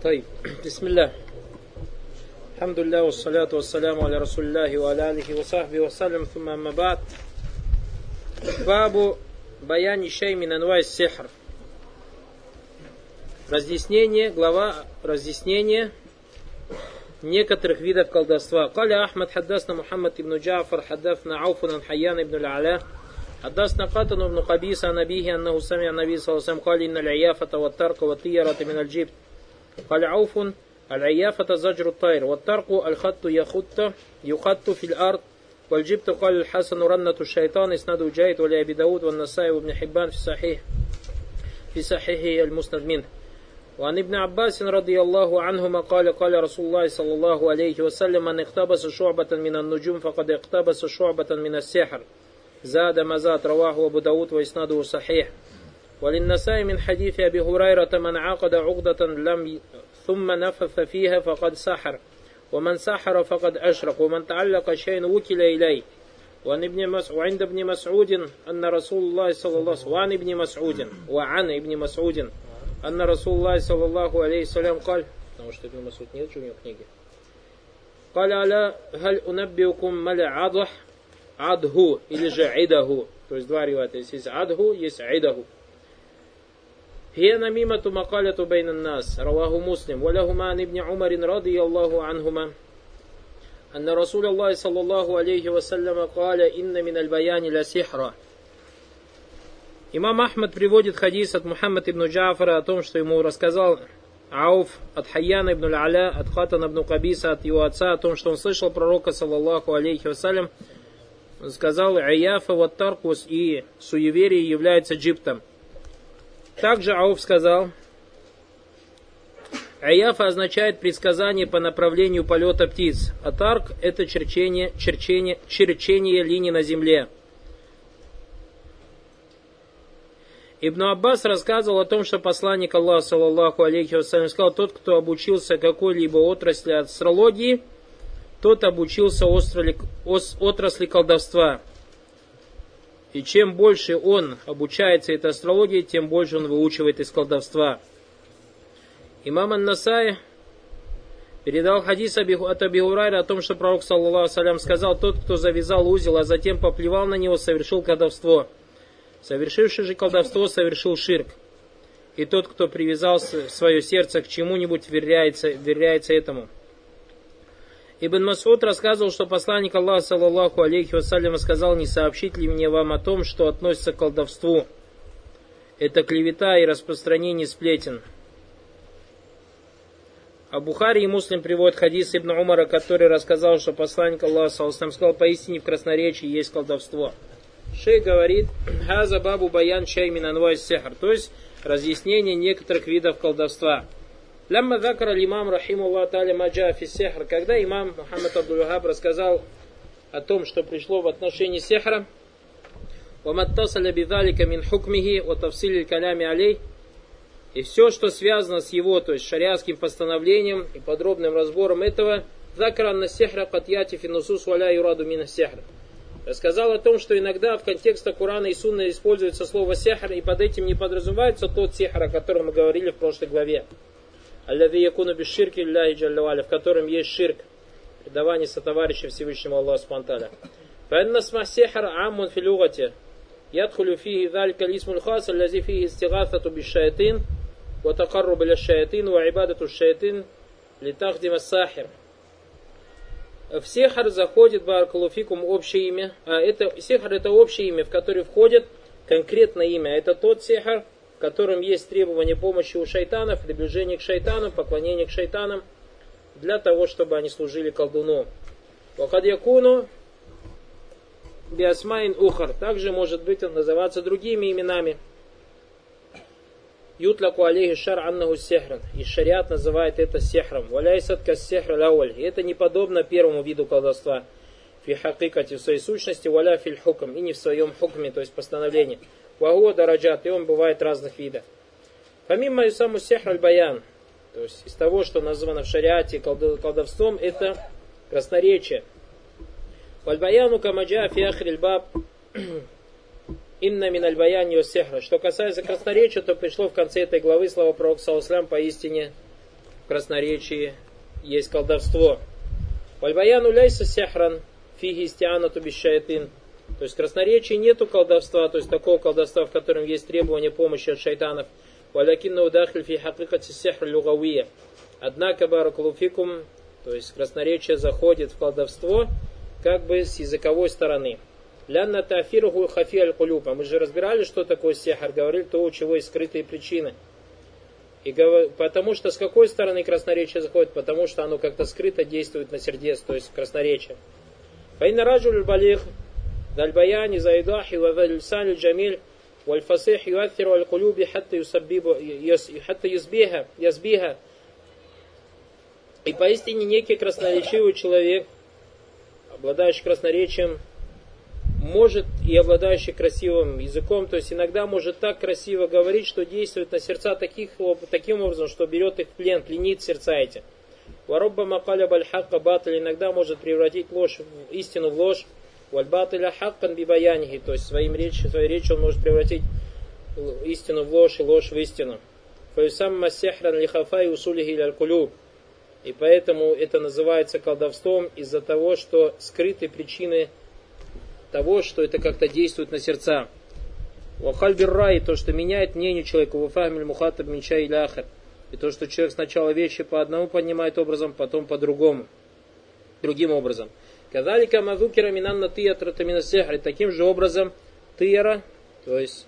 طيب بسم الله الحمد لله والصلاة والسلام على رسول الله وعلى آله وصحبه وسلم ثم أما بعد باب بيان شيء من أنواع السحر. Глава разъяснения некоторых видов колдовства. قال أحمد حدثنا محمد بن جعفر حدثنا عوف عن حيان بن العلاء حدثنا قاتل بن قبيس عن أبيه أنه سمع النبي صلى الله عليه وسلم قال إن العيافة والترق والطيرة من الجبت. قال عوف العيافة زجر الطير والترق الخط يخط في الأرض والجبت قال الحسن رنة الشيطان إسناده جيد ولأبي داود والنسائي وابن حبان في صحيحه المسند منه. وعن ابن عباس رضي الله عنهما قال قال رسول الله صلى الله عليه وسلم من اقتبس شعبة من النجوم فقد اقتبس شعبة من السحر زاد ما زاد. رواه أبو داود وإسناده صحيح. وللنسائي من حديث أبي هريرة من عقد عقدة ثم نفث فيها فقد سحر ومن سحر فقد أشرك ومن تعلق شيء وكل إليه. وعند ابن مسعود أن رسول الله صلى الله عليه وسلم وعن ابن مسعود أن رسول الله صلى الله عليه وسلم قال потому что ابن مسعود нет же у него книги قال ألا هل أنبئكم ما العضح عضه или же عده, то есть два ривата, есть عضه, есть عده. هي نميمة مقالة بين الناس. رواه مسلم. ولهما عن ابن عمر رضي الله عنهما أن رسول الله صلى الله عليه وسلم قال إن من البيان لسحرا. Имам Ахмад приводит хадис от Мухаммада ибн Джафара о том, что ему рассказал Ауф от Хайяна ибн Аля, от Хатана ибн Кабиса, от его отца, о том, что он слышал пророка, саллаллаху алейхи вассалям, он сказал, Аяфа вот Таркус и суеверие является джиптом. Также Ауф сказал, Аяфа означает предсказание по направлению полета птиц, а Тарк это черчение линий на земле. Ибн Аббас рассказывал о том, что посланник Аллаха, саллаллаху алейхи вассалям, сказал, тот, кто обучился какой-либо отрасли астрологии, тот обучился отрасли колдовства. И чем больше он обучается этой астрологии, тем больше он выучивает из колдовства. Имам ан-Насаи передал хадис от Аби Гурайры о том, что пророк, саллаллаху алейхи вассалям, сказал, тот, кто завязал узел, а затем поплевал на него, совершил колдовство. Совершивший же колдовство совершил ширк. И тот, кто привязал свое сердце к чему-нибудь, веряется этому. Ибн Мас'уд рассказывал, что посланник Аллаха, саллаллаху алейхи вассалям, сказал, не сообщить ли мне вам о том, что относится к колдовству. Это клевета и распространение сплетен. А Бухари и Муслим приводят хадис Ибн Умара, который рассказал, что посланник Аллаха, саллаллаху алейхи вассалям, сказал, поистине в красноречии есть колдовство. Шейх говорит, «Хаза бабу баян чай мин анвай сихр», то есть разъяснение некоторых видов колдовства. Лямма закара имам рахимуллах та'аля маджа фи сихр, когда имам Мухаммад Абдул-Вахаб рассказал о том, что пришло в отношении сихра, «Ваматтасаля бидалика мин хукмихи ва тавсили калями алей», и все, что связано с его, то есть шариатским постановлением и подробным разбором этого, закара анна сихра катьяти фи нусус валя юраду мина сихр. Рассказал о том, что иногда в контексте Корана и Сунны используется слово сихр, и под этим не подразумевается тот сихр, о котором мы говорили в прошлой главе. Аллави якуну бишширки лилляхи джалля ва'аля, в котором есть ширк, предавание сотоварища Всевышнему Аллаху субхану ва тааля. Фаинна сма сихр аммун фи лугати ядхулю фихи залика лисмуль хас аллази фихи истигатату бишшаятин ва такарруб иля шаятин ва ибадату шаятин литахдима сахир. В сихр заходит баракалуфикум общее имя. Сихр это общее имя, в которое входит конкретное имя. Это тот сихр, в котором есть требование помощи у шайтанов, приближение к шайтанам, поклонение к шайтанам, для того, чтобы они служили колдуну. Вахад якуну биасмайн ухар. Также может быть он называться другими именами. Ютлаку алейхи шар аннаху сихран. И шариат называет это сихром. Валяйсат кас сихр лауль. И это не подобно первому виду колдовства. Фи хакикати, в своей сущности, валя филь хукм. И не в своем хукме, то есть постановлении. Вагуа дараджат. И он бывает разных видов. Помимо саму сихр аль-баян, то есть из того, что названо в шариате колдовством, это красноречие. Валь-баяну камаджа фи ахриль баб. Инна мин аль-баяни ва-сихра. Что касается красноречия, то пришло в конце этой главы слова пророка саллаллаху алейхи ва саллям, поистине красноречии есть колдовство. Вальбаяну ляйса сяхран фиги истианату бишшайтин. То есть в красноречии нету колдовства, то есть такого колдовства, в котором есть требование помощи от шайтанов. Валякинна удахль фи хакикати сихр люгавия. Однако, баракулуфикум, то есть красноречие заходит в колдовство как бы с языковой стороны. Лянна тафируху хафи аль-кулюба. Мы же разбирали, что такое сихр, говорили то, у чего есть скрытые причины. И потому что с какой стороны красноречие заходит? Потому что оно как-то скрыто действует на сердце, то есть красноречие. Фаинна раджуль балих дальбаяни заидахи вавальсан джамиль вальфасих юафиру аль-кулюби хатта язбиха. И поистине некий красноречивый человек, обладающий красноречием, может и обладающий красивым языком, то есть иногда может так красиво говорить, что действует на сердца таким образом, что берет их в плен, пленит сердца эти. Варобба макаля бальхакка баталь иногда может превратить ложь в истину в ложь. Вальбаталя хаккан бибаянихи, то есть своей речью он может превратить истину в ложь и ложь в истину. Фаюсам масяхран лихафай усулихи лялькулюб. И поэтому это называется колдовством из-за того, что скрыты причины того, что это как-то действует на сердца. Вахальбиррай, то, что меняет мнение человека, вафахмиль мухатаб минча или ахар. И то, что человек сначала вещи по одному понимает образом, потом по другому, другим образом. Кадалика мазукира минанна тиятра тамина сехри. Таким же образом тияра, то есть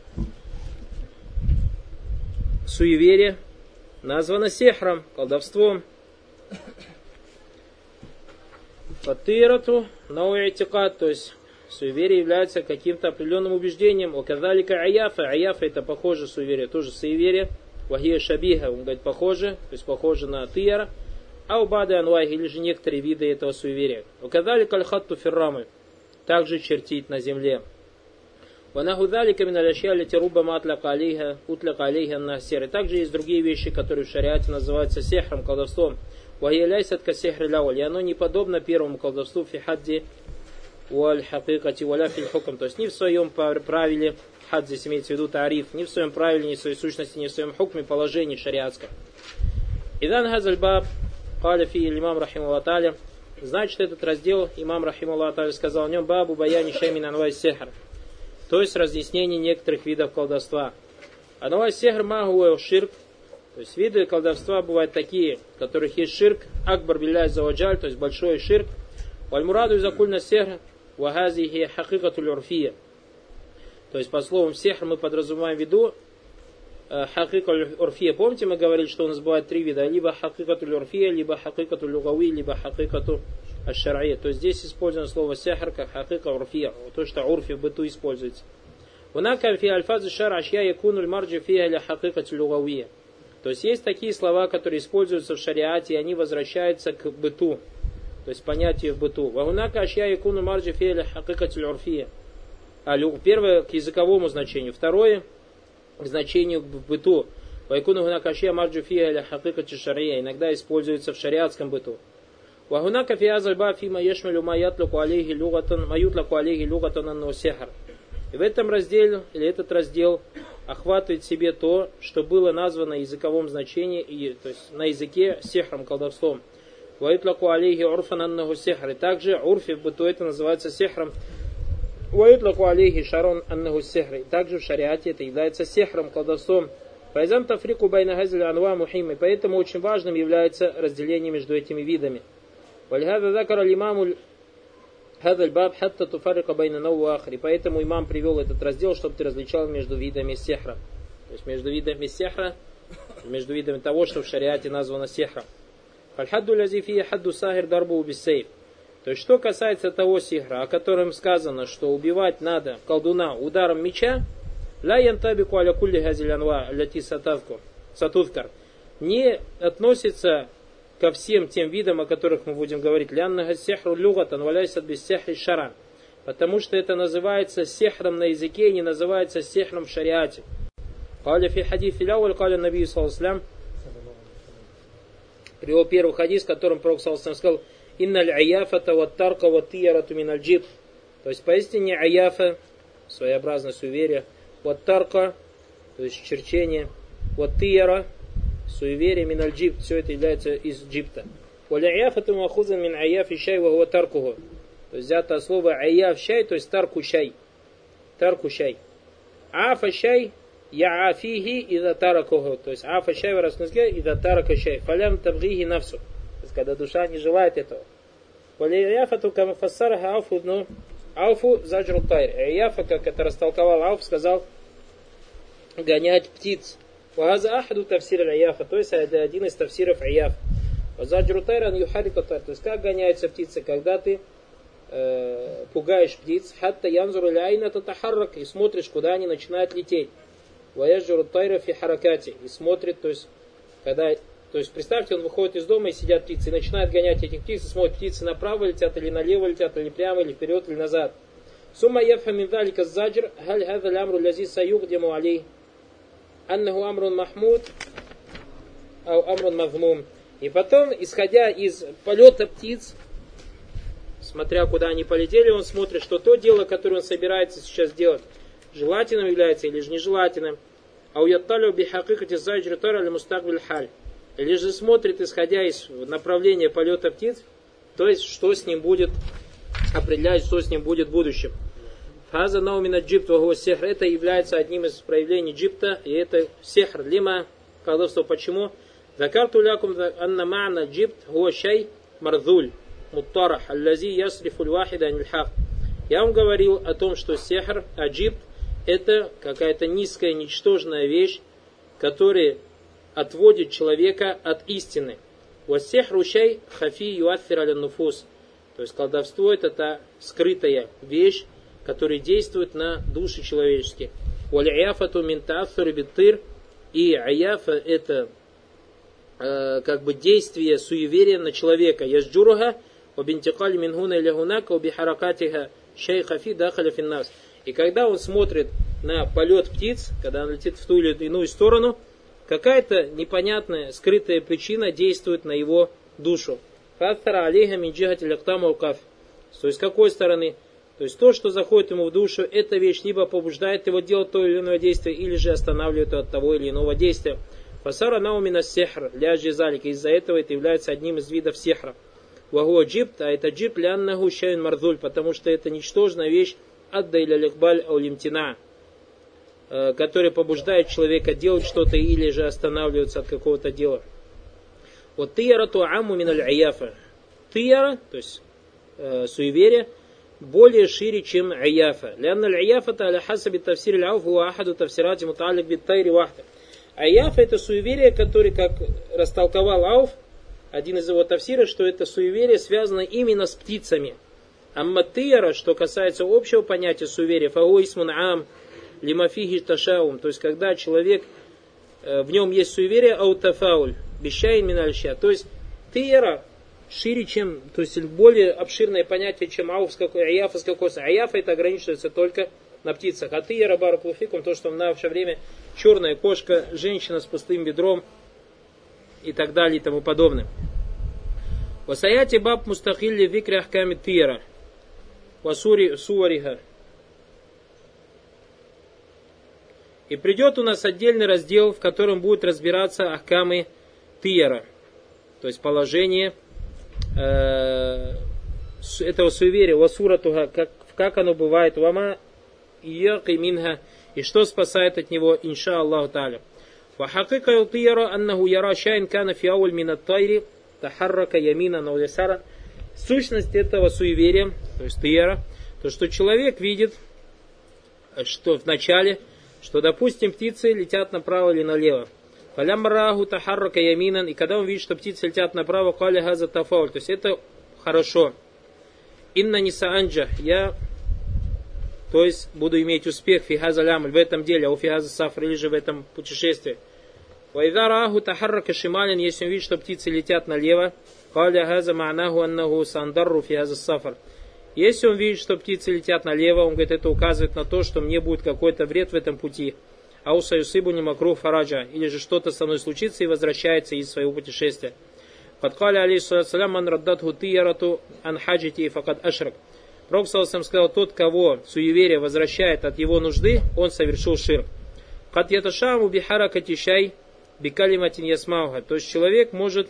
суеверие, названо сехром, колдовством. Фатирату науэтикат, то есть суеверие является каким-то определенным убеждением. Оказалика аяфа. Аяфа это похоже суеверие, тоже суеверие. Вахия шабиха, он говорит похоже, то есть похоже на тияра. А у бады анвайхи, или же некоторые виды этого суеверия. Оказалика аль-хатту фиррамы, также чертить на земле. Ванахудалика миналяща лятируба матляка алейха, утляка алейха насер. И также есть другие вещи, которые в шариате называются сехром, колдовством. Вахия ляйсат ка сехри лауль. И оно не подобно первому колдовству фи хадди валь хакикати валя фил хукам. То есть ни в своем правиле, хад здесь имеется в виду тариф, ни в своем правиле, ни в своей сущности, ни в своем хукме, положении шариатском. Идан хазаль баб каля фи имам рахимуллах та'аля. Значит, этот раздел имам рахимуллах та'аля сказал в нем бабу баяни шаймин анвай сехр. То есть разъяснение некоторых видов колдовства. Анвай сехр магуэ ширк. То есть виды колдовства бывают такие, в которых есть ширк, акбар билляй заваджаль, то есть большой ширк. Вальмураду изакульна сехр, вагазихи хакикатуль урфия. То есть по словам сехр мы подразумеваем в виду хакикатуль урфия. Помните, мы говорили, что у нас бывает три вида. Либо хакикатуль урфия, либо хакикатуль лугави, либо хакикатуль аш-шар'ия. То есть здесь используем слово сехр как хакика урфия. То, что урфи в быту используется. Унака фи альфазы шар ашья якунуль марджи фиа ля хакикатуль лугавия. То есть есть такие слова, которые используются в шариате, и они возвращаются к быту, то есть понятию в быту. Вагунака ашья якуну марджи фиа ля хакикатуль урфия. Первое к языковому значению, второе к значению в быту. Вайкуну гунака ашья марджи фиа ля хакикатуль шар'ия. Иногда используется в шариатском быту. Вагунака фи азальба фима ешмелю маятлаку алейхи лугатан анну сехр. И в этом разделе, или этот раздел, охватывает в себе то, что было названо в языковом значении, то есть на языке сехром, колдовством. Ваютлаку алейхи урфан аннаху сехр. И также урфи в быту это называется сехром. Ваютлаку алейхи шарон аннаху сехр. И также в шариате это является сехром, колдовством. Файзан тафрику байна газли анва мухимми. Поэтому очень важным является разделение между этими видами. Вальхада закара лимамуль хадаль баб хатта туфарика байна нау ахри. Поэтому имам привел этот раздел, чтобы ты различал между видами сехра. То есть между видами сехра, между видами того, что в шариате названо сехром. Фальхадду лазифия хадду сахир дарбу бисейф. То есть что касается того сихра, о котором сказано, что убивать надо колдуна ударом меча, ла янтабику аля кулли газиль анва ляти сатувкар, не относится ко всем тем видам, о которых мы будем говорить. Ляннага сехру люгатан валяйсат без сехри шара. Потому что это называется сехром на языке, не называется сехром в шариате. Каля фи хадифи лауаль каля набию саллаллаху привел первый хадис, в котором Пророк саллаллаху сказал: «Инналь аяфата ват тарка ват тиярату миналь джиб». То есть поистине аяфа, своеобразное суеверие, ват тарка, то есть черчение, ват тияра, суеверие миналь джибт, все это является из джибта. Валя аяфату махузан мин аяфи шай ва хуа таркуху. То есть взято слово аяф шай, то есть тарку шай. Тарку шай. Афа шай я афихи ида таракуху. То есть афа шай в арабском языке ида тарака шай. Фалям табгихи нафсу. То есть когда душа не желает этого. Валя аяфату кама фассараха ауфу, но ауфу заджру тайр. Аяфа, как это растолковал Ауф, сказал гонять птиц. Вагаза ахаду тавсир аяфа. То есть это один из тавсиров аяф. Заджру тайран юхарика тайр. То есть как гоняются птицы, когда ты пугаешь птиц, хатта янзуру ляйна татахаррак, и смотришь, куда они начинают лететь. Ваяджуру тайра фи харакати, и смотрит, то есть представьте, он выходит из дома и сидят птицы, и начинает гонять этих птиц, и смотрит, птицы направо летят, или налево летят, или прямо, или вперед, или назад. Сумма яфха мин далика заджр, халь хаза лямру лязи саюхдиму алей, аннаху амрун махмуд, ау амрун мазмум. И потом, исходя из полета птиц, смотря куда они полетели, он смотрит, что то дело, которое он собирается сейчас делать, желательным является или же нежелательным. А уятталю бихакикати заджру тайра ли мустакбиль халь. Или же смотрит, исходя из направления полета птиц, то есть, что с ним будет, определяет, что с ним будет в будущем. Фаза наумина джибт вагуа сехр. Это является одним из проявлений джибта, и это сехр. Лима, колдовство. Почему? Закарту лякум анна ма'на джибт гуа шай марзуль. Муттарах, аллази ясрифуль вахида аниль хак. Я вам говорил о том, что сехр, аджиб, это какая-то низкая, ничтожная вещь, которая отводит человека от истины. Вассехру шай хафи юаффир аля нуфус. То есть колдовство это та скрытая вещь, которая действует на души человеческие. Валь аяфату мин тааффур биттир. И аяфа это как бы действие суеверия на человека. Ясджуруха вабинтикаль мингуна или гунака убихаракатиха шай хафи дахаля финнас. И когда он смотрит на полет птиц, когда он летит в ту или иную сторону, какая-то непонятная, скрытая причина действует на его душу. Фаттара алейха мин джихати лактама укаф. То есть с какой стороны? То есть то, что заходит ему в душу, эта вещь либо побуждает его делать то или иное действие, или же останавливает его от того или иного действия. Фасара наумина сехр ляджи залик. Из-за этого это является одним из видов сехра. Вагуа джибт, а это джибт ляннаху шайн марзуль, потому что это ничтожная вещь адда иля лихбаль аулимтина, который побуждает человека делать что-то или же останавливаться от какого-то дела. Вот тияра туаму миналь аяфа. Тияра, то есть суеверие, более шире, чем аяфа. Лянналь аяфата аля хасаби тавсир аль-ауф хуа ахаду тавсирати мутаалик бит тайри вахта. Аяфа это суеверие, которое, как растолковал Ауф, один из его тавсиров, что это суеверие связано именно с птицами. Амма тияра, что касается общего понятия суеверия, фагу исмун ам лимафихи ташаум, то есть когда человек, в нем есть суеверие, аутафауль, бещайн минальща, то есть тияра шире, чем, то есть более обширное понятие, чем ауф с какой, аяфа с какой. Аяфа это ограничивается только на птицах. А тияра баракулуфикум, то, что в наше время черная кошка, женщина с пустым бедром и так далее и тому подобное. Васаяти баб мустахилли викри ахками тияра. Васури суариха. И придет у нас отдельный раздел, в котором будет разбираться ахкамы тияра. То есть положение этого суеверия. Васуратуха, как оно бывает. Вама яки минха. И что спасает от него, инша Аллаху та'аля. Вахакика тияра аннаху яра шайн кана фиауль минат тайри тахаррака ямина наулясара. Сущность этого суеверия, то есть тияра, то что человек видит, что вначале, что, допустим, птицы летят направо или налево. Фалямраху тахаррака яминан, и когда он видит, что птицы летят направо, каля газа тафауль, то есть это хорошо. Инна ниса анджа, я, то есть буду иметь успех фигаза лямль в этом деле, а у фигаза сафр, или же в этом путешествии. Вайдараху тахаррака шималин, если он видит, что птицы летят налево, каля газа ма'наху аннаху сандарру фигаза сафр. Если он видит, что птицы летят налево, он говорит, это указывает на то, что мне будет какой-то вред в этом пути. Ауса юсибу не макрух фараджа, или же что-то со мной случится и возвращается из своего путешествия. Фаткали алейхиссалям ан раддатху тиярату ан хаджити факад ашрак. Пророк саллаллаху сказал, тот, кого суеверие возвращает от его нужды, он совершил ширк. Кад яташаму бихаракати шай бикалиматин ясмауха. То есть человек может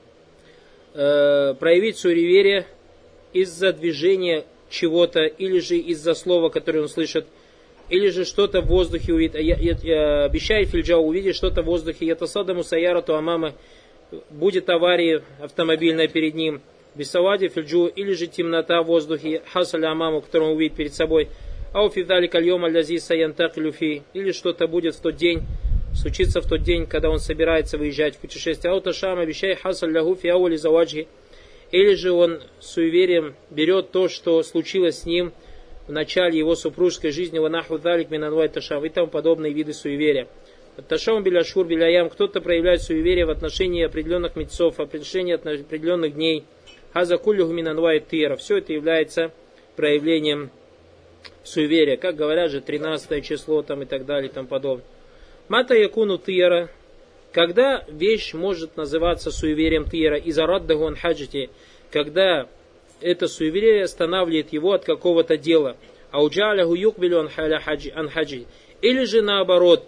проявить суеверие из-за движения чего-то, или же из-за слова, которое он слышит, или же что-то в воздухе увидит. Обещай фильджа увидит что-то в воздухе. Ятасадаму саярату амама, будет авария автомобильная перед ним. Бисавади фильджу, или же темнота в воздухе. Хасаля амаму, которую он увидит перед собой. Ауфидали кальем аль-лази саянтаклюфи, или что-то будет в тот день, случится в тот день, когда он собирается выезжать в путешествие. Ауташам обещай хасаль лягу фиаули заваджи, или же он суеверием берет то, что случилось с ним в начале его супружеской жизни, ванаху далик минанвай ташав, и тому подобные виды суеверия. Ташам биляшур биляям, кто-то проявляет суеверие в отношении определенных месяцев, в отношении определенных дней. Хаза кулюху минанвай тира, все это является проявлением суеверия, как говорят же, 13 число там и так далее и тому подобное. Мата якуну тира, когда вещь может называться суеверием тира, из араддаху анхаджити, когда это суеверие останавливает его от какого-то дела. Ауджаляху юкбилю анхаджи. Или же наоборот,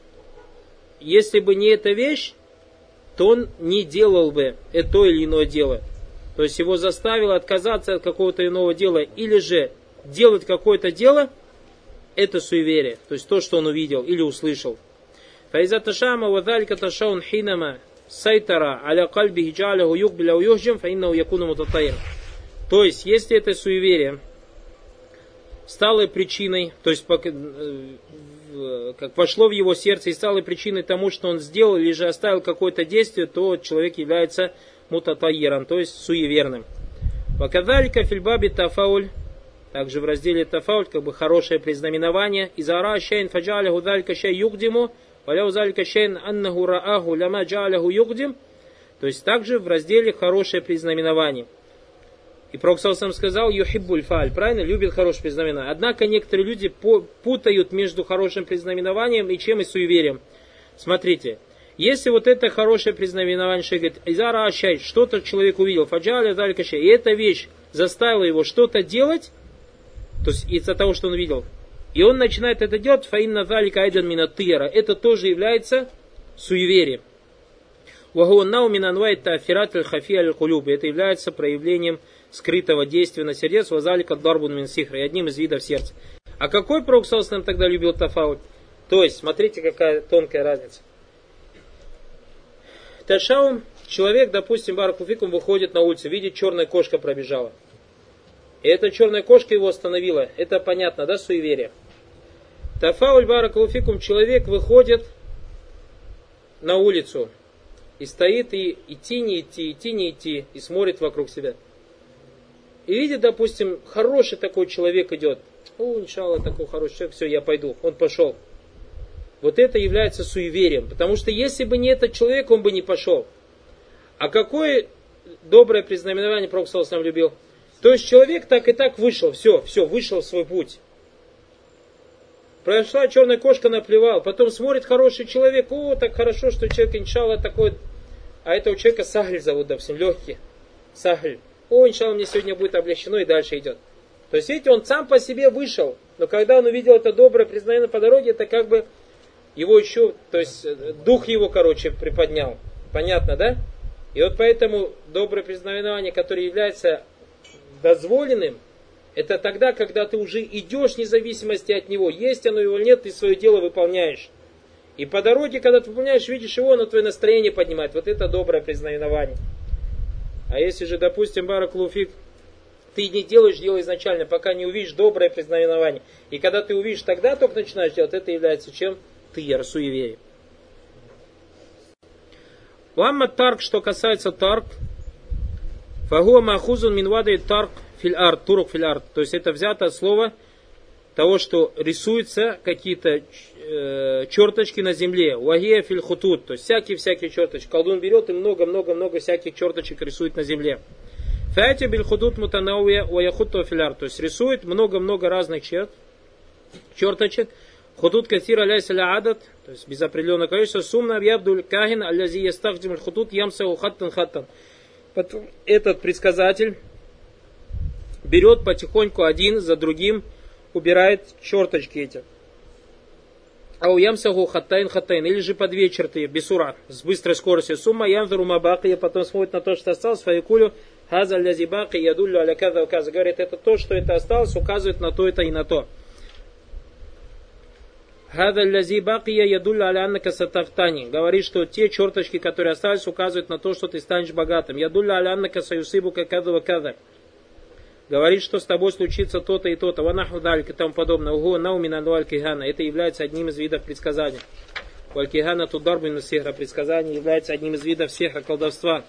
если бы не эта вещь, то он не делал бы то или иное дело. То есть его заставило отказаться от какого-то иного дела, или же делать какое-то дело, это суеверие. То есть то, что он увидел или услышал. Фаиза ташама вадалька ташаун хинама сайтара аля кальби хиджаляху юкбиля уюхджим фаиннау якуну мутатайр. То есть, если это суеверие стало причиной, то есть как вошло в его сердце и стало причиной тому, что он сделал или же оставил какое-то действие, то человек является мутатайиром, то есть суеверным. Вакадалика фильбаби тафауль, также в разделе тафауль, как бы хорошее признаменование. Изара шейн фаджаляху далька шей югдиму, валяу далька шейн аннаху рааху ляма джаляху югдим. То есть также в разделе хорошее признаменование. И Пророк сам сказал, юхиббуль фааль, правильно, любит хорошее признаменование. Однако некоторые люди путают между хорошим признаменованием и чем и суеверием. Смотрите, если вот это хорошее признаменование, что говорит, изара ашай, что-то человек увидел, фаджаля далька шей, и эта вещь заставила его что-то делать, то есть из-за того, что он видел, и он начинает это делать, фаинна залика айдан минатыра, это тоже является суеверием. Это является проявлением скрытого действия на сердце, вазалика дарбун мин сихра, и одним из видов сердца. А какой Пророк саллаллаху тогда любил тафауль? То есть, смотрите, какая тонкая разница. Ташаум, человек, допустим, баракулфикум, выходит на улицу, видит, черная кошка пробежала. И эта черная кошка его остановила. Это понятно, да, суеверие? Тафауль баракулфикум, человек выходит на улицу и стоит, и идти, не идти, и смотрит вокруг себя. И видит, допустим, хороший такой человек идет. О, иншаллах, такой хороший человек, все, я пойду. Он пошел. Вот это является суеверием. Потому что если бы не этот человек, он бы не пошел. А какое доброе признаменование Пророк саллаллаху алейхи ва саллям любил? То есть человек так и так вышел, все, вышел в свой путь. Прошла черная кошка, наплевал. Потом смотрит хороший человек, о, так хорошо, что человек, иншаллах, такой. А этого человека Сахль зовут, допустим, легкий. Сахль. О, иншаллах, мне сегодня будет облегчено, и дальше идет. То есть, видите, он сам по себе вышел. Но когда он увидел это доброе признание по дороге, это как бы его еще, то есть, дух его, приподнял. Понятно, да? И вот поэтому доброе признаменование, которое является дозволенным, это тогда, когда ты уже идешь вне зависимости от него. Есть оно или нет, ты свое дело выполняешь. И по дороге, когда ты выполняешь, видишь его, оно твое настроение поднимает. Вот это доброе признаменование. А если же, допустим, баракулуфик, ты не делаешь дело изначально, пока не увидишь доброе признаменование. И когда ты увидишь, тогда только начинаешь делать, это является чем? Тыяр, суеверие. Ламма тарк, что касается тарк, фагуа махузун минвады тарк филь-арт, турок филь-арт. То есть это взято от слова того, что рисуются какие-то черточки на земле. Вагия филь-хутут, то есть всякие черточки. Колдун берет и много всяких черточек рисует на земле. Фати биль-хутут мутанауя ваяхуту филь-арт, то есть рисует много разных черточек. Хутут кафир аляйса ля-адат, то есть без определенного количества. Сумна абьябдуль кахин алязи ястахдим хутут ямсау хаттан. Потом этот предсказатель берет потихоньку один за другим, убирает черточки эти. Ауямсаху хаттайн хаттайн, или же по две черты, бисура, с быстрой скоростью. Сумма янзуру мабакия, потом смотрит на то, что осталось, фаякулю хаза лязи баки ядуллю аля каза указа. Говорит, это то, что это осталось, указывает на то, это и на то. Хаза лязи бакия ядуллю аля аннака сатахтани. Говорит, что те черточки, которые остались, указывают на то, что ты станешь богатым. Ядуллю аля аннака саюсибука каза указа. Говорит, что с тобой случится то-то и то-то. Ванаху дальк и тому подобное. Угу наумина дуалькигана. Это является одним из видов предсказания. Валькигана тударбин сехра. Предсказание является одним из видов сехра, колдовства.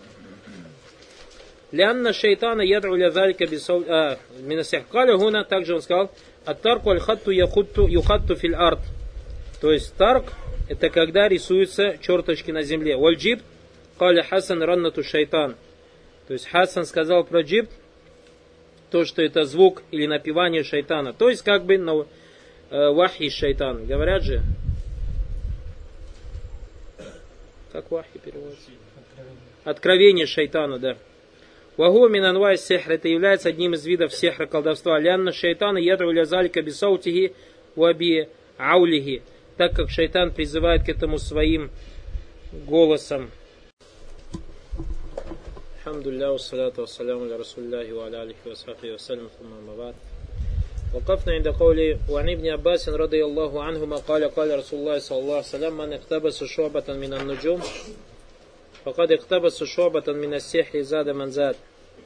Лянна шейтана ядру ля далька минасех. Каля гуна, также он сказал, ат-тарку аль-хатту юхатту фил арт. То есть тарк, это когда рисуются черточки на земле. Валь-джиб, каля хасан раннату шейтан. То есть Хасан сказал про джиб, то, что это звук или напевание шайтана. То есть, как бы, вахи шайтан. Говорят же. Как вахи переводится? Откровение шайтану, да. Вагу минанвай сехр. Это является одним из видов сехра, колдовства. Лянна шайтана ядру ля залика бисаутихи ваби аулихи. Так как шайтан призывает к этому своим голосом. الحمد لله والصلاة والسلام على رسول الله وعلى آله وصحبه وسلم ثم أما بعد. وقفنا عند قوله وعن ابن عباس رضي الله عنهما قال قال رسول الله صلى الله عليه وسلم من اقتبس شعبة من النجوم فقد اقتبس شعبة من السحر زاد من زاد.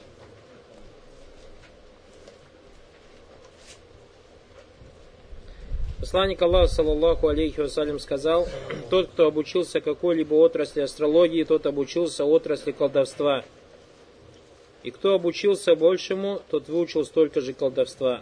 Посланник Аллаха, саллаллаху алейхи вассалям, сказал: тот, кто обучился какой-либо отрасли астрологии, тот обучился отрасли колдовства. И кто обучился большему, тот выучил столько же колдовства.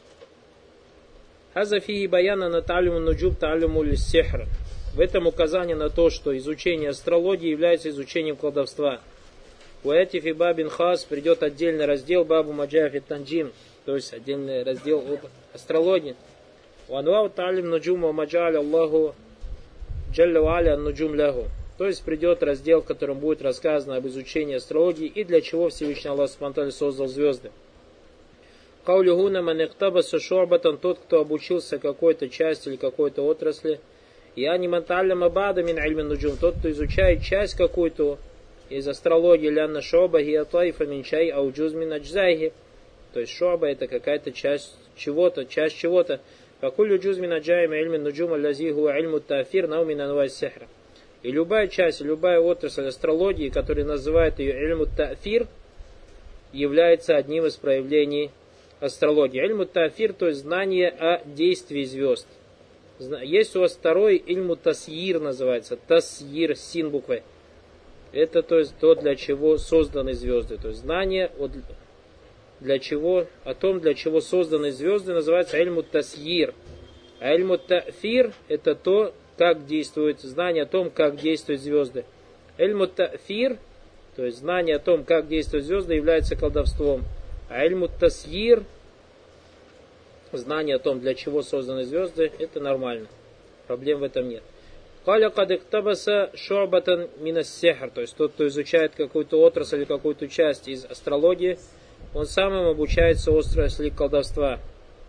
Хазафи и баяна на талиму нуджуб талиму лиссихр. В этом указание на то, что изучение астрологии является изучением колдовства. У этифи бабин хас придет отдельный раздел бабу маджафи танджим, то есть отдельный раздел об астрологии. Уанвау талим нуджум маджаля Аллаху джалля валя нуджум лягу. То есть придет раздел, в котором будет рассказано об изучении астрологии и для чего Всевышний Аллах Субхану создал звезды. Каулюгуна манехтабаса шорбатан, тот, кто обучился какой-то части или какой-то отрасли. Я не манталля мабада мин ильмин нуджум, тот, кто изучает часть какую-то из астрологии, лянна шоба гиатайфа минчай ауджуз мин аджзайхи. То есть шоба это какая-то часть чего-то, часть чего-то. Факулю джуз мин аджайм ильмин нуджум аллази хуа ильму тафир наумин анвай сихра. И любая часть, любая отрасль астрологии, которая называет ее ильму тафир, является одним из проявлений астрологии. Ильму тафир, то есть знание о действии звезд. Есть у вас второй ильму тасьир называется. Тасьир, син буквой. Это то есть то, для чего созданы звезды. То есть знание для чего, о том, для чего созданы звезды, называется ильму тасьир. А ильму тафир это то, как действует знание о том, как действуют звезды. Ильму тафир, то есть знание о том, как действуют звезды, является колдовством. А ильму тасьир, знание о том, для чего созданы звезды, это нормально. Проблем в этом нет. Каля кад иктабаса шу'батан минас сихр, то есть тот, кто изучает какую-то отрасль или какую-то часть из астрологии, он самым обучается отрасли колдовства.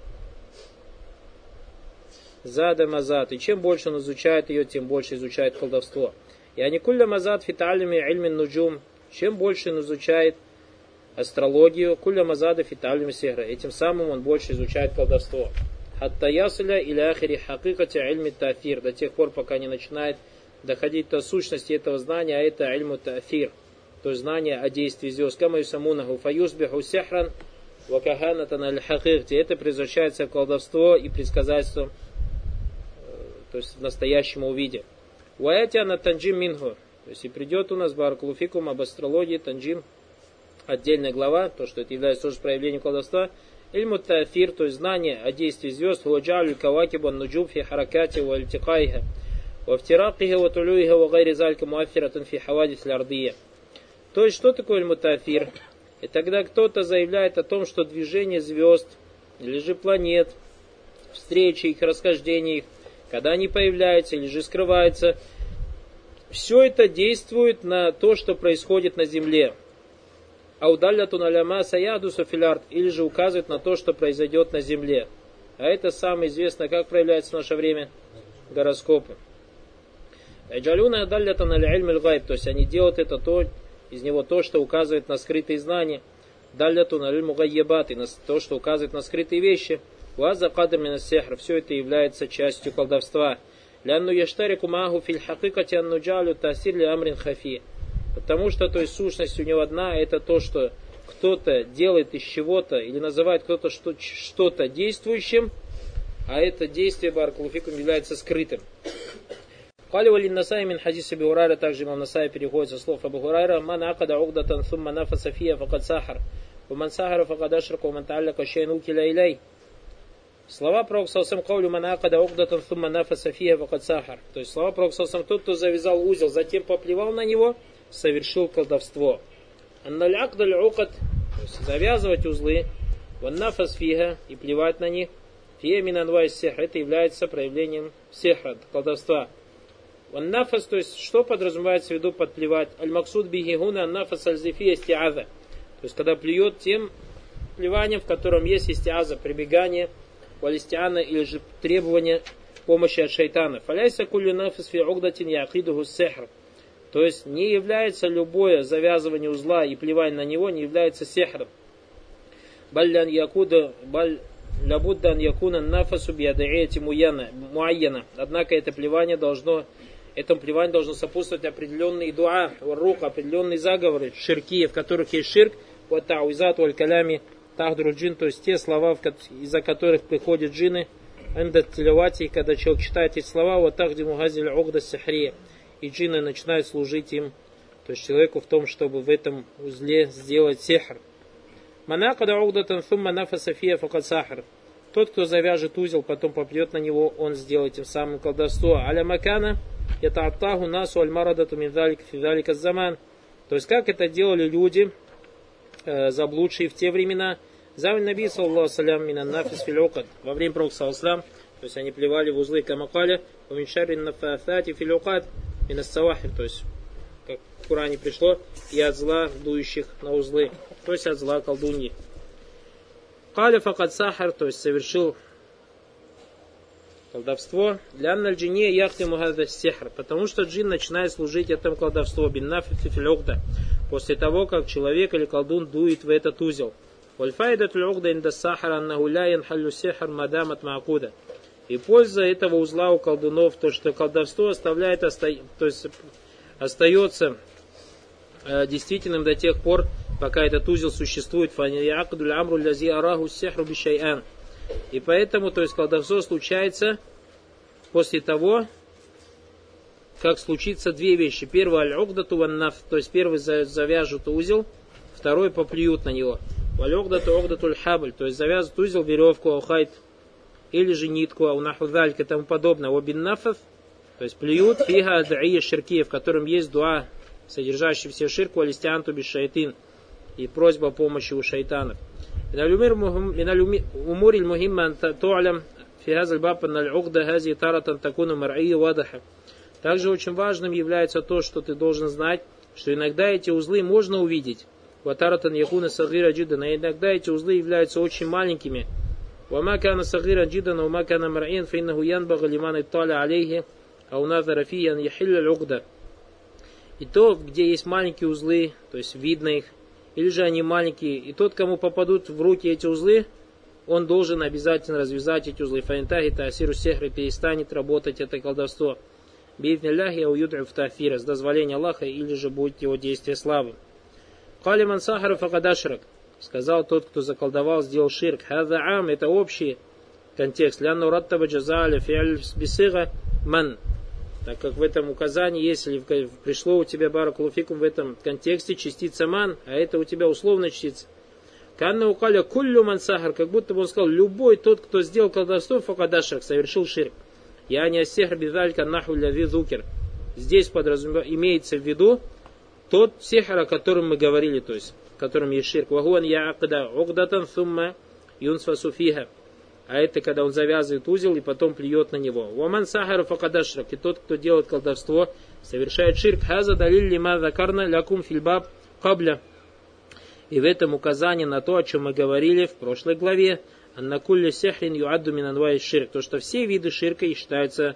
Зада мазат. И чем больше он изучает ее, тем больше изучает колдовство. И аникулля мазат фиталими ильмин нуджум. Чем больше он изучает астрологию, кулля мазада фиталими сихра. Этим самым он больше изучает колдовство. Хатта ясля или ахири хакикати ильми тафир. До тех пор, пока не начинает доходить до сущности этого знания, а это ильму тафир. То есть знание о действии звезд. Кама юсамунаху фаюсбиху сихран вакаханатан аль-хакикти. Это превращается в колдовство и предсказательство, то есть в настоящем виде. Уаятя на танджим минху. То есть и придет у нас баракулуфикум об астрологии, танджим, отдельная глава, то, что это является тоже проявлением колдовства. Ильму тафир, то есть знание о действии звезд, хуаджалю кавакибу нуджуб фи харакати ва альтикайха, ва втиракиха ва тулюиха ва гайри залька муаффиратан фи хавадис лярдия. То есть что такое ильму тафир? И тогда кто-то заявляет о том, что движение звезд или же планет, встречи их, расхождения их, когда они появляются или же скрываются, все это действует на то, что происходит на Земле. Аудаллятун аляма саядусу филярд, или же указывает на то, что произойдет на Земле. А это самое известное, как проявляется в наше время? гороскопы. Эджалюна адаллятан аль-илм аль-гайб, то есть они делают это из него то, что указывает на скрытые знания. Даллятун аль-мугайябат, и на то, что указывает на скрытые вещи. Уаза кадр мин ас-сихр, все это является частью колдовства. Лянну яштарику магу филь хакикати анну джалю тасир ли амрин хафи. Потому что, то есть, сущность у него одна, это то, что кто-то делает из чего-то, или называет кто-то что-то действующим, а это действие, баракалуфикум, является скрытым. Кали валин насай мин хадис Абу Хурайра, также имам Насай переходит со слов Абу Хурайра: ман акада угдатан сумма нафаса фия факад сахар, ваман сахара факад ашрака, ваман таалляка шейн укиля илей. Слова пророка саллаллаху каулю ман акада угдатан сумма нафаса фия факад сахар. То есть слова пророка саллаллаху: тот, кто завязал узел, затем поплевал на него, совершил колдовство. Анналь акдаль укат, то есть завязывать узлы, ван нафас фиха, и плевать на них, фия мин анвай сихр, это является проявлением сихра, колдовства. Ван-нафас, то есть, что подразумевается в виду под плевать? Аль-максуд бихигуна нафас аль-зифия истиаза. То есть, когда плюет тем плеванием, в котором есть истиаза, прибегание, валистиана, или же требование помощи от шайтана. Фаляйса кулю нафас фи угдатин яакидуху сихр. То есть, не является любое завязывание узла и плевание на него, не является сихром. Баллян якуда, лабуддан якуна нафасу биадаити муайяна. Однако этому плеванию должно сопутствовать определенные дуа, рук, определенные заговоры, ширки, в которых есть ширк, вот тауизат, валь калями, тахдрур джин, то есть те слова, из-за которых приходят джинны, эндат тилявати, когда человек читает эти слова, вот тахдиму газиль угда сихрия, и джинны начинают служить им, то есть человеку в том, чтобы в этом узле сделать сихр. Манакада угдатан сумма нафаса фия факад сахар. Тот, кто завяжет узел, потом поплюет на него, он сделает тем самым колдовство. Аля макана ятааттаху насу аль-марадату мин залик фи залика заман. То есть, как это делали люди, заблудшие в те времена. Завин наби саллаллаху салям минан нафис фил укад. Во время пророка саллаллаху салям, то есть они плевали в узлы камакаля, уминшарин нафафати фил укад мин ас-савахир, то есть как в Коране пришло, и от зла, дующих на узлы, то есть от зла колдуньи. Каля факад сахар, то есть совершил колдовство. Лянна аль-джинния яхтиму хаза сихр, потому что джин начинает служить этому колдовству бин нафи фил укда, после того, как человек или колдун дует в этот узел. Вальфайдатуль укда инда сахара аннаху ля янхаллю сихр мадамат маакуда. И польза этого узла у колдунов, то что колдовство остается действительным до тех пор, пока этот узел существует. И поэтому, то есть колдовство случается после того, как случится две вещи. Первое, аль-угдату ван-наф, то есть первый завяжут узел, второй поплюют на него. Валь-угдату угдатуль хабль, то есть завязывают узел, веревку, аухайт, или же нитку, аунахудальк и тому подобное. Обин-нафаф, то есть плюют, фига адаия ширкия, в котором есть дуа, содержащий все ширку, алистианту без шайтин, и просьба о помощи у шайтанов. Умуриль мухимман ту'алям фи хазаль баб анналь угда хази таратан такуну мар'ия вадаха. Также очень важным является то, что ты должен знать, что иногда эти узлы можно увидеть. Ватаратан якуна сагира джидан, а иногда эти узлы являются очень маленькими. Вама кана сагира джидан, вама кана мар'ин, финнаху янбага лиман итталя алейхи, а уназара фиян яхилля угда. И то, где есть маленькие узлы, то есть видно их, или же они маленькие, и тот, кому попадут в руки эти узлы, он должен обязательно развязать эти узлы. Фаинтахи таасиру сехри, перестанет работать это колдовство. Бейднилляхи ауюд'у в тафира, с дозволения Аллаха, или же будет его действие слабым. Калиман сахара факадашрак, сказал тот, кто заколдовал, сделал ширк. Хаза ам, это общий контекст. Лянну раттаба джазаля фиаль бисыга ман. Так как в этом указании, если пришло у тебя баракулуфикум в этом контексте частица ман, а это у тебя условная частица. Канна укаля куллю ман сахар, как будто бы он сказал, любой тот, кто сделал колдовство, факадашрак, совершил ширк. Я не ассехр бидалька наху ляви зукер. Здесь имеется в виду тот сехр, о котором мы говорили, то есть, в котором есть ширк. Вагуан я акда угдатан сумма юнсфа суфиха. А это когда он завязывает узел и потом плюет на него. Уаман сахару факадашрак. И тот, кто делает колдовство, совершает ширк. Хаза далиль лима закарна лякум фильбаб кабля. И в этом указание на то, о чем мы говорили в прошлой главе. Аннакулли сехрин юадду минанвай ширк. То, что все виды ширка считаются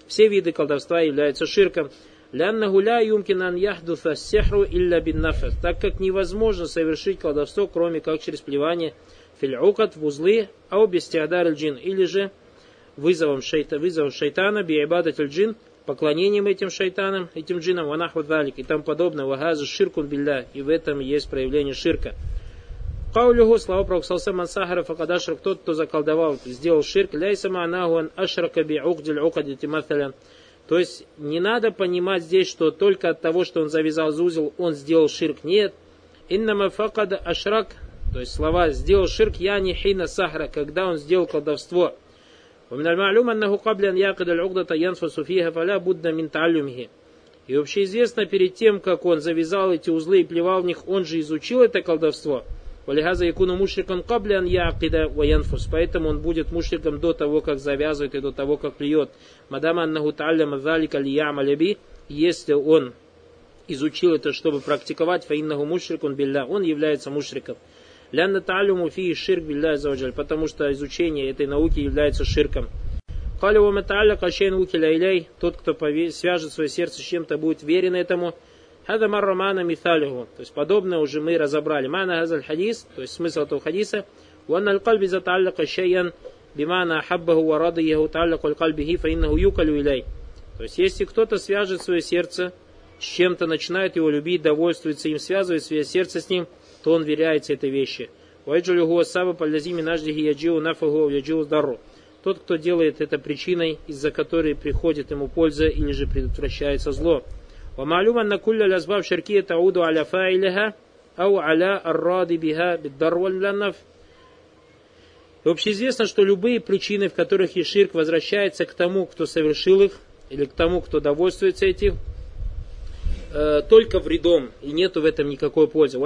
все виды колдовства являются ширком. «Ляннаху ля юмкин ан яхдуса сехру илля бин нафас», так как невозможно совершить колдовство, кроме как через плевание филь'укат в узлы, ау бистиадар аль-джин, или же вызовом шайтана, би'ибадат аль-джин, поклонением этим шайтанам, этим джинам, ванаху далик и тому подобное, вагазу ширкун билля, и в этом есть проявление ширка. Каулюху, слова пророка ман сахара факад ашрак, тот, кто заколдовал, сделал ширк, ляйса ма'наху ан ашрака би'укдиль укадити маталян. То есть не надо понимать здесь, что только от того, что он завязал узел, он сделал ширк. Нет. Иннама факад ашрак, то есть слова сделал ширк, яни хина сахара, когда он сделал колдовство. И общеизвестно, перед тем, как он завязал эти узлы и плевал в них, он же изучил это колдовство. Поэтому он будет мушриком до того, как завязывает и до того, как плюет. Если он изучил это, чтобы практиковать, он является мушриком. Потому что изучение этой науки является ширком. Тот, кто свяжет свое сердце с чем-то, будет верен этому. То есть подобное уже мы разобрали. То есть смысл этого хадиса. То есть если кто-то свяжет свое сердце с чем-то, начинает его любить, довольствуется им, связывает свое сердце с ним, то он веряется этой вещи. Тот, кто делает это причиной, из-за которой приходит ему польза или же предотвращается зло. ومعلوم أن كل الأسباب الشركية تعود على فاعلها أو على الراضي بها بالضر والنفع. Общеизвестно, что любые причины, в которых есть ширк, возвращаются к тому, кто совершил их, или к тому, кто довольствуется этим, только вредом, и нету в этом никакой пользы.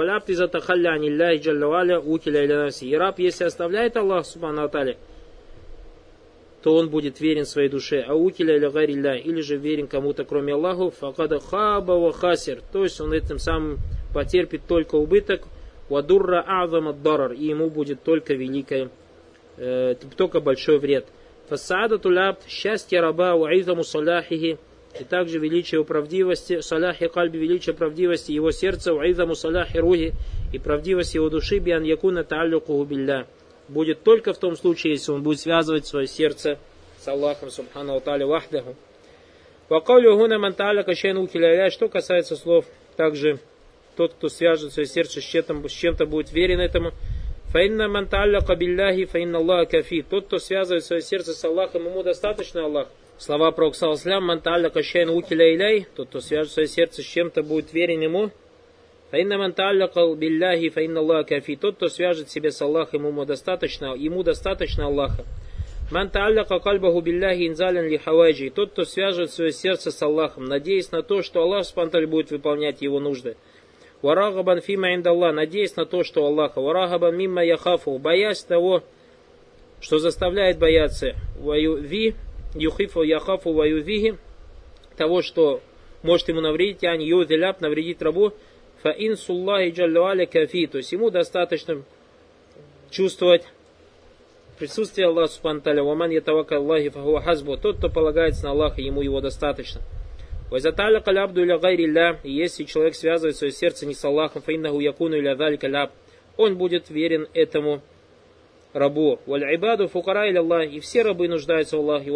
И раб, если оставляет Аллах субхану ва тааля, то он будет верен своей душе. Аукиля или гарилля, или же верен кому-то кроме Аллаху, факада хаба ва хасир, то есть он этим самым потерпит только убыток, вадурра а'зам ад-дарар, и ему будет только только большой вред. Фасаадату лабд, счастье раба, у'изаму саляхихи, и также величие правдивости, саляхи кальби, величие правдивости его сердца, у'изаму саляхи рухи, и правдивость его души, биан якуна та'аллюкуху билля, будет только в том случае, если он будет связывать свое сердце с Аллахом субхану ва тааля вахдаху. Что касается слов, также тот, кто свяжет свое сердце с чем-то, будет верен этому. Тот, кто связывает свое сердце с Аллахом, ему достаточно Аллах. Слова пророка саллаллаху алейхи, тот, кто свяжет свое сердце с чем-то, будет верен ему. Тот, кто свяжет себя с Аллахом, ему достаточно Аллаха. Тот, кто свяжет свое сердце с Аллахом, надеясь на то, что Аллах спонтанно будет выполнять его нужды. Надеясь на то, что Аллаха, боясь того, что заставляет бояться, того, что может ему навредить, навредить рабу. То есть ему достаточно чувствовать присутствие Аллаха субхану тааля. Тот, кто полагается на Аллаха, ему его достаточно. И если человек связывает свое сердце не с Аллахом, он будет верен этому рабу. И все рабы нуждаются в Аллахе.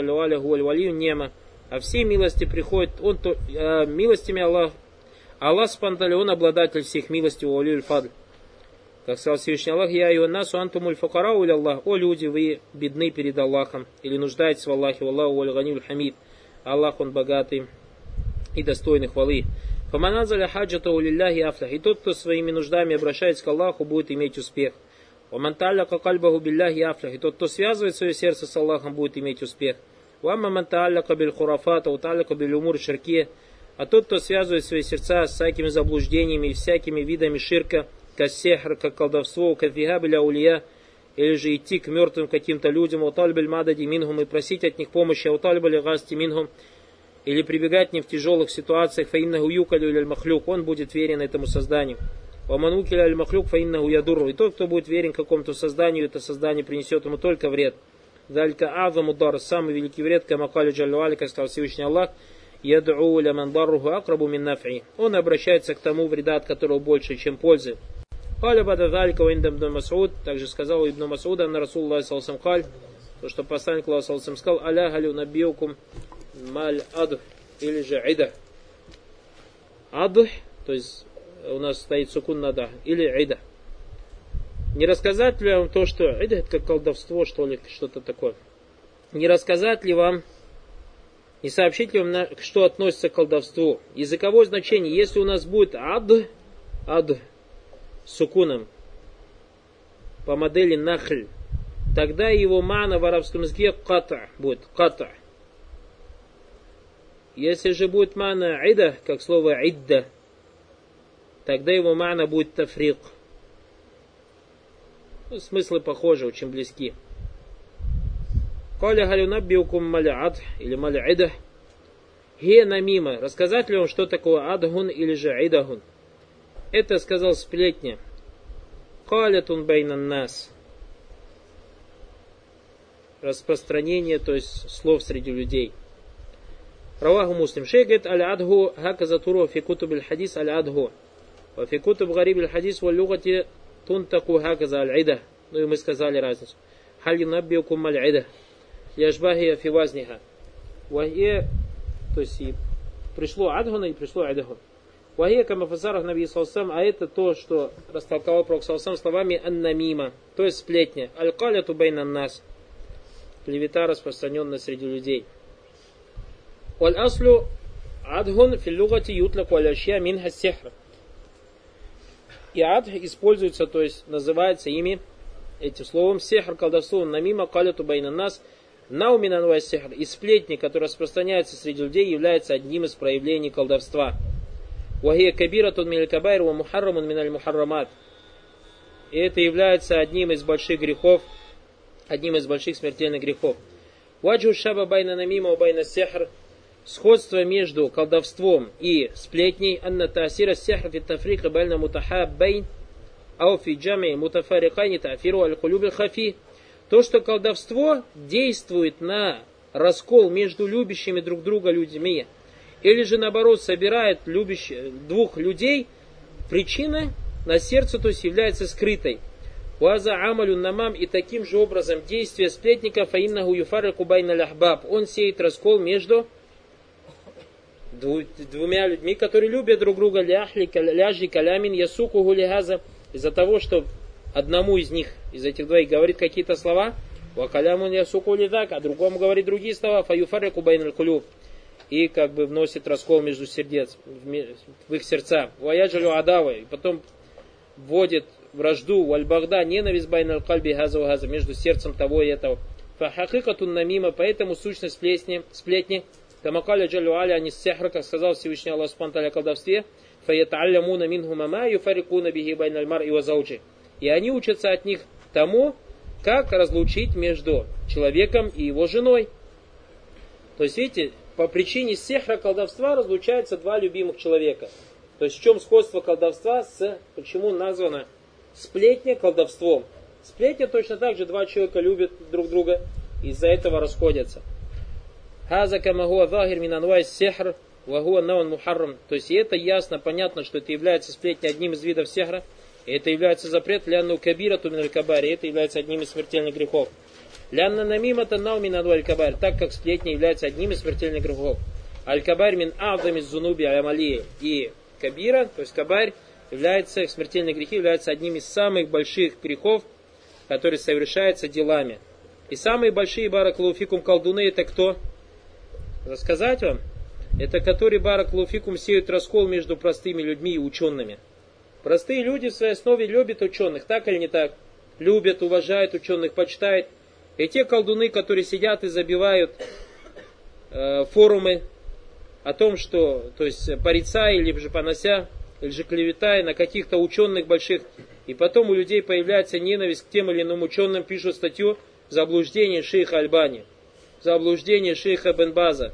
А все милости приходят милостями Аллаха. Аллах субхану тааля, он обладатель всех милостей, как сказал Всевышний Аллах, я и насу антумуль фукарау иля Аллах, о люди, вы бедны перед Аллахом, или нуждаетесь в Аллахе, Аллаху валь ганиль хамид, Аллах он богатый и достойный хвалы. Фаманазаля хаджату лилляхи афлях, и тот, кто своими нуждами обращается к Аллаху, будет иметь успех. Ваманталляка кальбаху билляхи афлях, и тот, кто связывает свое сердце с Аллахом, будет иметь успех. Вамаманталляка биль хурафата, уталляка биль умур ширке, а тот, кто связывает свои сердца с всякими заблуждениями и всякими видами ширка, как сехр, как колдовство, как вихабиля улия, или же идти к мертвым каким-то людям, утальбель мадади минхум, и просить от них помощи, утальбель гасти минхум, или прибегать к ним в тяжелых ситуациях, фаиннаху юкалю или махлюк, он будет верен этому созданию. Ваманукиля аль махлюк фаиннаху ядуру, и тот, кто будет верен какому-то созданию, это создание принесет ему только вред. Далька азаму дар, самый великий вред, камакали джаллюали, как сказал Всевышний Аллах, яд'у ляман дарруху акрабу мин наф'и. Он обращается к тому, вреда от которого больше, чем пользы. Каля бада далька уинда ибн Мас'уд, также сказал ибн Мас'уда, на Расулуллах саллаллаху алейхи ва саллям, то, что посланник Аллаха саллаллаху алейхи ва саллям сказал, аля галю набиукум маль адх, или же ида. Адх, то есть у нас стоит сукун нада, или ида. Не рассказать ли вам то, что ида, это как колдовство, что ли, что-то такое. Не рассказать ли вам, не сообщить ли вам, что относится к колдовству. Языковое значение, если у нас будет ад с сукуном по модели нахль, тогда его мана в арабском языке ката будет, ката. Если же будет мана ида, как слово идда, тогда его мана будет тафрик. Смыслы похожи, очень близки. Каля галюнаббиукум маля адх или маля ида. Ге намима. Рассказать ли вам, что такое адгун или же идагун? Это сказал сплетня. Калятун байнан нас. Распространение, то есть слов среди людей. Раваху муслим. Шейх говорит, аль-адху хаказатуру фи кутуб аль-хадис аль-адху. Ва фи кутуб гариб аль-хадис валь лугати тунтаку хаказа аль-ида. Ну и мы сказали разницу. Халь юнаббиукум аль-ида. Яшбахия фи вазниха. Вахия, то есть и пришло адхуна и пришло идагун. Вахия камафазарах наби салсам, а это то, что растолковал пророк салсам словами аннамима, то есть сплетня. Аль-каляту байнан нас. Клевета, распространенная среди людей. Валь-аслю адхун фи лугати ютлак валящия минха сихр. И адх используется, то есть называется ими, этим словом, сихр, колдовство, намима, каляту байнан нас, науминан ва сихр. И сплетни, которые распространяются среди людей, является одним из проявлений колдовства. Вахия кабиратун мин аль-кабайр ва мухаррамун мин аль-мухаррамат. И это является одним из больших грехов, одним из больших смертельных грехов. Ваджу шаба байна намима ва байна сихр. Сходство между колдовством и сплетней. Анна таасира сихр фи тафрика байна мутахаббайн ау фи джами мутафарикайни тафиру аль-кулюб аль-хафи. То, что колдовство действует на раскол между любящими друг друга людьми, или же наоборот собирает двух людей, причина на сердце, то есть является скрытой. Уаза амалю намам, и таким же образом действие сплетника фаиннаху юфаррику байна аль-ахбаб. Он сеет раскол между двумя людьми, которые любят друг друга, ляжи калямин ясуку гулихаза, из-за того, что одному из них, из этих двоих, говорит какие-то слова, вакалямун ясуку лидак, а другому говорит другие слова, фаюфаррику байна аль-кулюб, и как бы вносит раскол между сердец, в их сердца. Ваяджалю адава, и потом вводит вражду, вальбагда, ненависть байна аль-кальби газа ва газа, между сердцем того и этого. Фахакикатун намима, поэтому сущность сплетни, камакаля джалю аля анис сихра, как сказал Всевышний Аллах субхану о колдовстве, фаятааллямуна минху мама юфаррикуна биги байна аль-мар'i ва зауджи. И они учатся от них тому, как разлучить между человеком и его женой. То есть, видите, по причине сихра, колдовства, разлучаются два любимых человека. То есть в чем сходство колдовства почему названо сплетня колдовством? Сплетня точно так же, два человека любят друг друга, из-за этого расходятся. Хаза камагуа захир минанвай сихр вагуа наун мухаррам. То есть и это ясно, понятно, что это является сплетней одним из видов сихра. И это является запрет лянну кабира тумин аль-кабари. Это является одним из смертельных грехов. Лянна намимата наумин аду аль-кабарь, так как сплетня является одним из смертельных грехов. Аль-кабарь мин а'зами зунуби аль-амалии. И кабира, то есть кабарь, является, смертельные грехи являются одним из самых больших грехов, которые совершаются делами. И самые большие баракалуфикум колдуны это кто? Рассказать вам? Это которые баракалуфикум сеют раскол между простыми людьми и учеными. Простые люди в своей основе любят ученых, так или не так? Любят, уважают ученых, почитают. И те колдуны, которые сидят и забивают форумы о том, что, то есть порицая, или же понося, или же клеветая на каких-то ученых больших, и потом у людей появляется ненависть к тем или иным ученым, пишут статью «Заблуждение шейха Альбани», «Заблуждение шейха Бен База».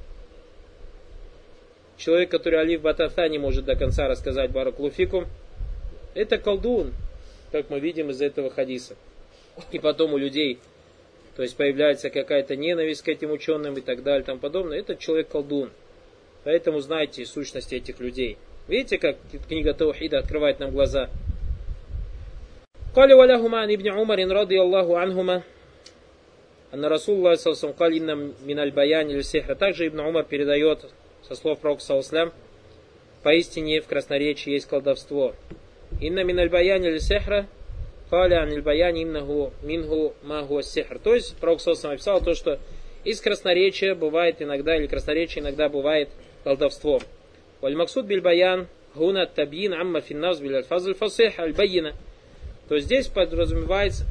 Человек, который Алиф Бататха не может до конца рассказать баракалуфикум, это колдун, как мы видим из этого хадиса. И потом у людей, то есть появляется какая-то ненависть к этим ученым и так далее и тому подобное, этот человек колдун. Поэтому знайте сущность этих людей. Видите, как книга Таухида открывает нам глаза. قال ولهما عن ابن عمر رضي الله عنهما أن رسول الله صلى الله عليه وسلم قال إن من البيان للسحر. Также Ибн Умар передает со слов пророка саллаллаху алейхи ва саллям: поистине в красноречии есть колдовство. Инна мин аль-баяни лис-сихра каля ан аль-баяни иннаху минху ма хуа сихр. То есть пророк саллаллаху алейхи ва саллям написал то, что из красноречия бывает иногда, или красноречие иногда бывает колдовство. Валь-максуд биль-баян хуна табьин амма фин-нафс биль-альфаз аль-фасиха аль-байина. То есть здесь подразумевается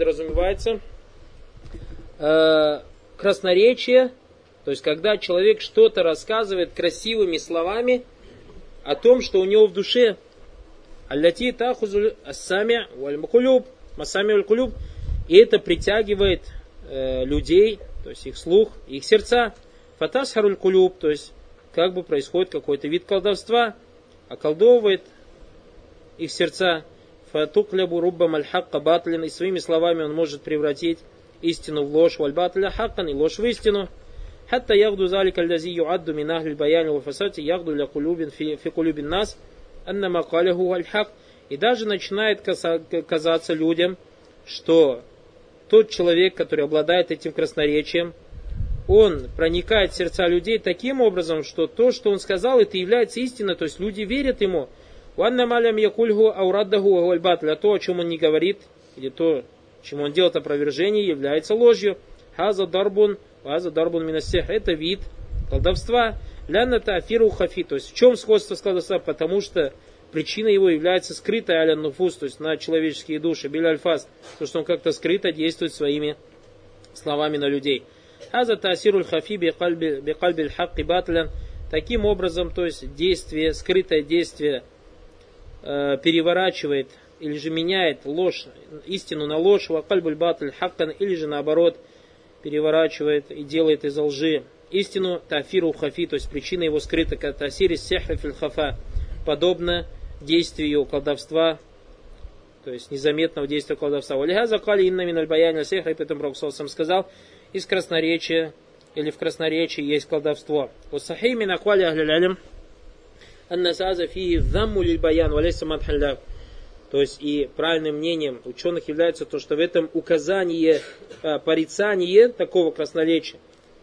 красноречие, то есть когда человек что-то рассказывает красивыми словами о том, что у него в душе. Аллати тахузуль ассами валь-кулюб, масами валь-кулюб, и это притягивает людей, то есть их слух, их сердца. Фатасхаруль кулюб, то есть как бы происходит какой-то вид колдовства, околдовывает их сердца. Фатуклябу руббам аль-хакка батлин, и своими словами он может превратить истину в ложь, валь-батля хаккан, и ложь в истину. Хатта ягду залик аль-лази юадду мин ахль баяни ва фасати ягду ля кулюбин фи кулюбин нас анна макаляху аль-хак. И даже начинает казаться людям, что тот человек, который обладает этим красноречием, он проникает в сердца людей таким образом, что то, что он сказал, это является истиной, то есть люди верят ему. А то, о чем он не говорит, или то, чему он делает опровержение, является ложью. Хаза дарбун минассихр. Это вид колдовства. Лянна та'фиру хафи. То есть в чем сходство с колдовством? Потому что причина его является скрытой алян нуфус, то есть на человеческие души, биль альфаз, то, что он как-то скрыто действует своими словами на людей. Хаза та'сируль хафи бикальбиль хакки батлян. Таким образом, то есть действие, скрытое действие переворачивает или же меняет ложь, истину на ложь, вакальбуль батль хаккан, или же наоборот переворачивает и делает из лжи истину, тафиру хафи, то есть причина его скрыта, как тасири сихра фил хафа, подобно действию колдовства, то есть незаметного действия колдовства. Валиха закали инна мин аль-баяни сихра, и поэтому Пророк саллаллаху алейхи ва саллям сказал: из красноречия или в красноречии есть колдовство. Уссахи мин аквали ахлиль илм аннасаза фии замму лиль-баян валейса мадхаллах. То есть и правильным мнением ученых является то, что в этом указание, порицание такого красноречия.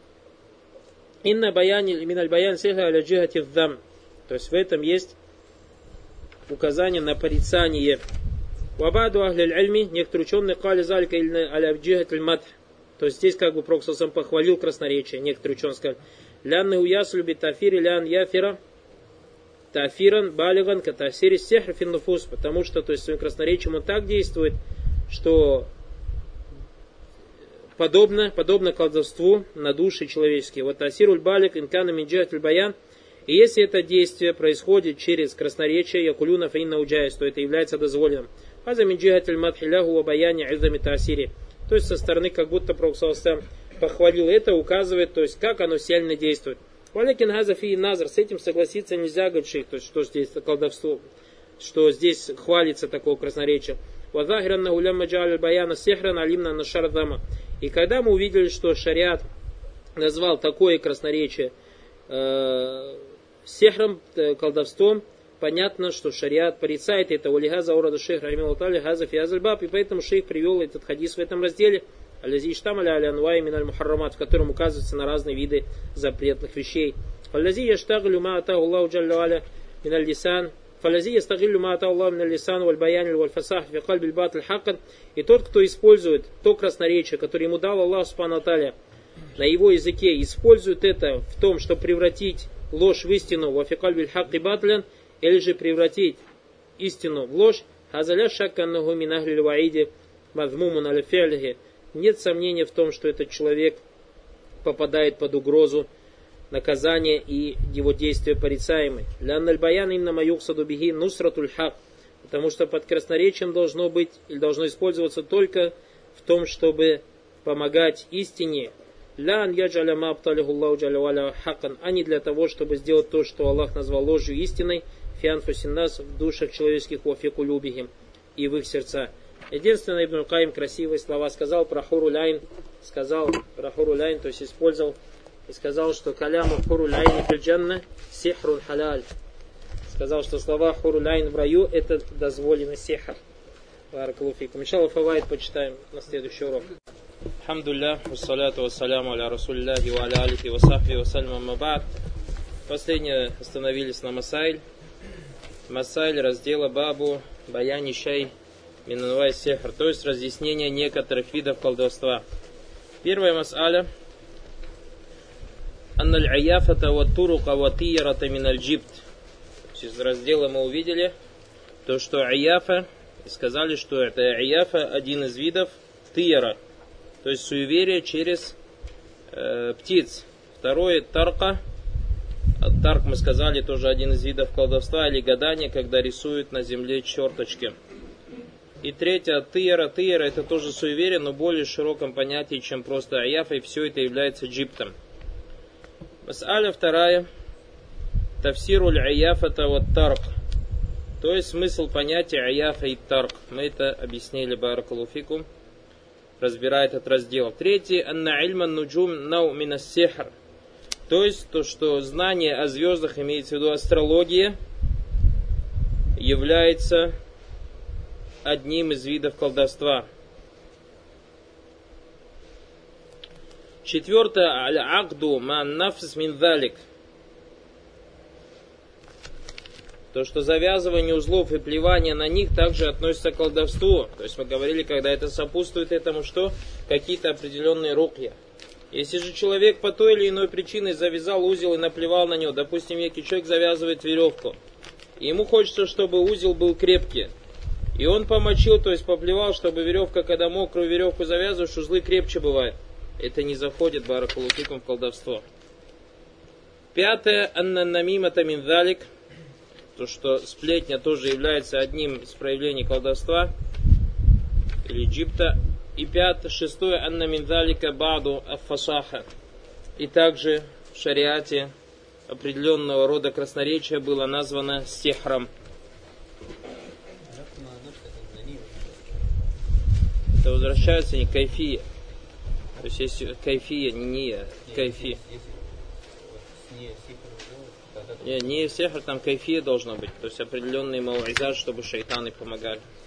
Инна баяни миналь баян сиха аля джихати зам. То есть в этом есть указание на порицание. Вабаду ахлиль ильми, некоторые ученые кали залика аля джихати мадх. То есть здесь как бы Пророк саллаллаху алейхи ва саллям похвалил красноречие. Некоторые ученые сказали: лянны уясу люби тафири лян яфира тафиран балиган катасири сихр фин нуфус, потому что, то есть своим красноречием он так действует, что подобно колдовству на души человеческие. Вот тасируль балик инкана минджатуль баян. И если это действие происходит через красноречие, якулюна фаинна уджайс, то это является дозволенным. Аза минджатуль мадхиляху ва баяни айзами тасири. То есть со стороны как будто Пророк саллаллаху алейхи ва саллям похвалил это, указывает, то есть как оно сильно действует. Валякин газафи и назар, с этим согласиться нельзя, говорит шейх, то есть что здесь колдовство, что здесь хвалится такого красноречия. Вазахиранна улямма джааль баяна сихран алимна на шардама. И когда мы увидели, что шариат назвал такое красноречие сихром, колдовством, понятно, что шариат порицает это. Валихаза урада шейх рахимахуллаху та'аля газафи азальбаб. И поэтому шейх привел этот хадис в этом разделе, аллази иштамаля аля анвай миналь мухаррамат, в котором указывается на разные виды запретных вещей. Аллази яштагилю ма атаху Аллаху джалля аля миналь лисан, фалази ястагилю ма атаху Аллаху миналь лисан валь баян валь фасах фи кальбиль батль хаккан. И тот, кто использует то красноречие, которое ему дал Аллах субхану ва тааля на его языке, использует это в том, чтобы превратить ложь в истину, ва фи кальбиль хакки батлян, или же превратить истину в ложь, хазаля шакканнаху мин ахлиль ваиди мазмумун аля фи'лихи. Нет сомнения в том, что этот человек попадает под угрозу наказания и его действия порицаемые. Лянналь баян иннама юксаду бихи нусратуль хак. Потому что под красноречием должно быть или должно использоваться только в том, чтобы помогать истине. Лян яджаля ма абталиху Аллаху джалля валя хакан. А не для того, чтобы сделать то, что Аллах назвал ложью истиной, фианфусиннас, в душах человеческих, вафикулюбихим, и в их сердца. Единственное, Ибн Каим красивые слова сказал про хуруляйн, то есть использовал и сказал, что каляму хуруляйн фил джанна сихрун халяль. Сказал, что слова хуруляйн в раю это дозволено сихр. Баракалуфикум. Иншаллах фаваид почитаем на следующий урок. Алхамдулилlah, вассаляту вассаляму аля расулиллахи ва аля алихи ва сахби ва салям амма ба'д. Последнее остановились на масайль. Масайль раздела бабу баяни шай минанвай сехр, то есть разъяснение некоторых видов колдовства. Первая мас'аля. Анналь аяфата ва турука ва тиярата миналь джибт. Из раздела мы увидели то, что аяфа, и сказали, что это аяфа один из видов тияра, то есть суеверие через птиц. Второе тарка. Тарк, мы сказали, тоже один из видов колдовства или гадания, когда рисуют на земле черточки. И третье тияра. Тияра это тоже суеверие, но в более широком понятии, чем просто аяфа, и все это является джиптом. Мас'аля вторая. Тафсируль аяфата ва тарк. То есть смысл понятия аяфа и тарк. Мы это объяснили, баракалуфикум, разбирая этот раздел. Третий. Анна ильман нуджум нау минас сихр. То есть то, что знание о звездах, имеется в виду астрология, является одним из видов колдовства. Четвертое. Аль-акду ман нафс мин залик. То, что завязывание узлов и плевание на них также относится к колдовству. То есть мы говорили, когда это сопутствует этому, что какие-то определенные рукья. Если же человек по той или иной причине завязал узел и наплевал на него, допустим, некий человек завязывает веревку, и ему хочется, чтобы узел был крепкий, и он помочил, то есть поплевал, чтобы веревка, когда мокрую веревку завязываешь, узлы крепче бывают. Это не заходит, баракалуфикум, в колдовство. Пятое. Анна намимата мин залик. То, что сплетня тоже является одним из проявлений колдовства или джипта. И шестое, анна мин залика ба'ду аффасаха. И также в шариате определенного рода красноречия было названо сихром. Это возвращается не кайфия. То есть есть кайфия, не кайфия. Не сихр, там кайфия должна быть. То есть определенный мауизат, чтобы шайтаны помогали.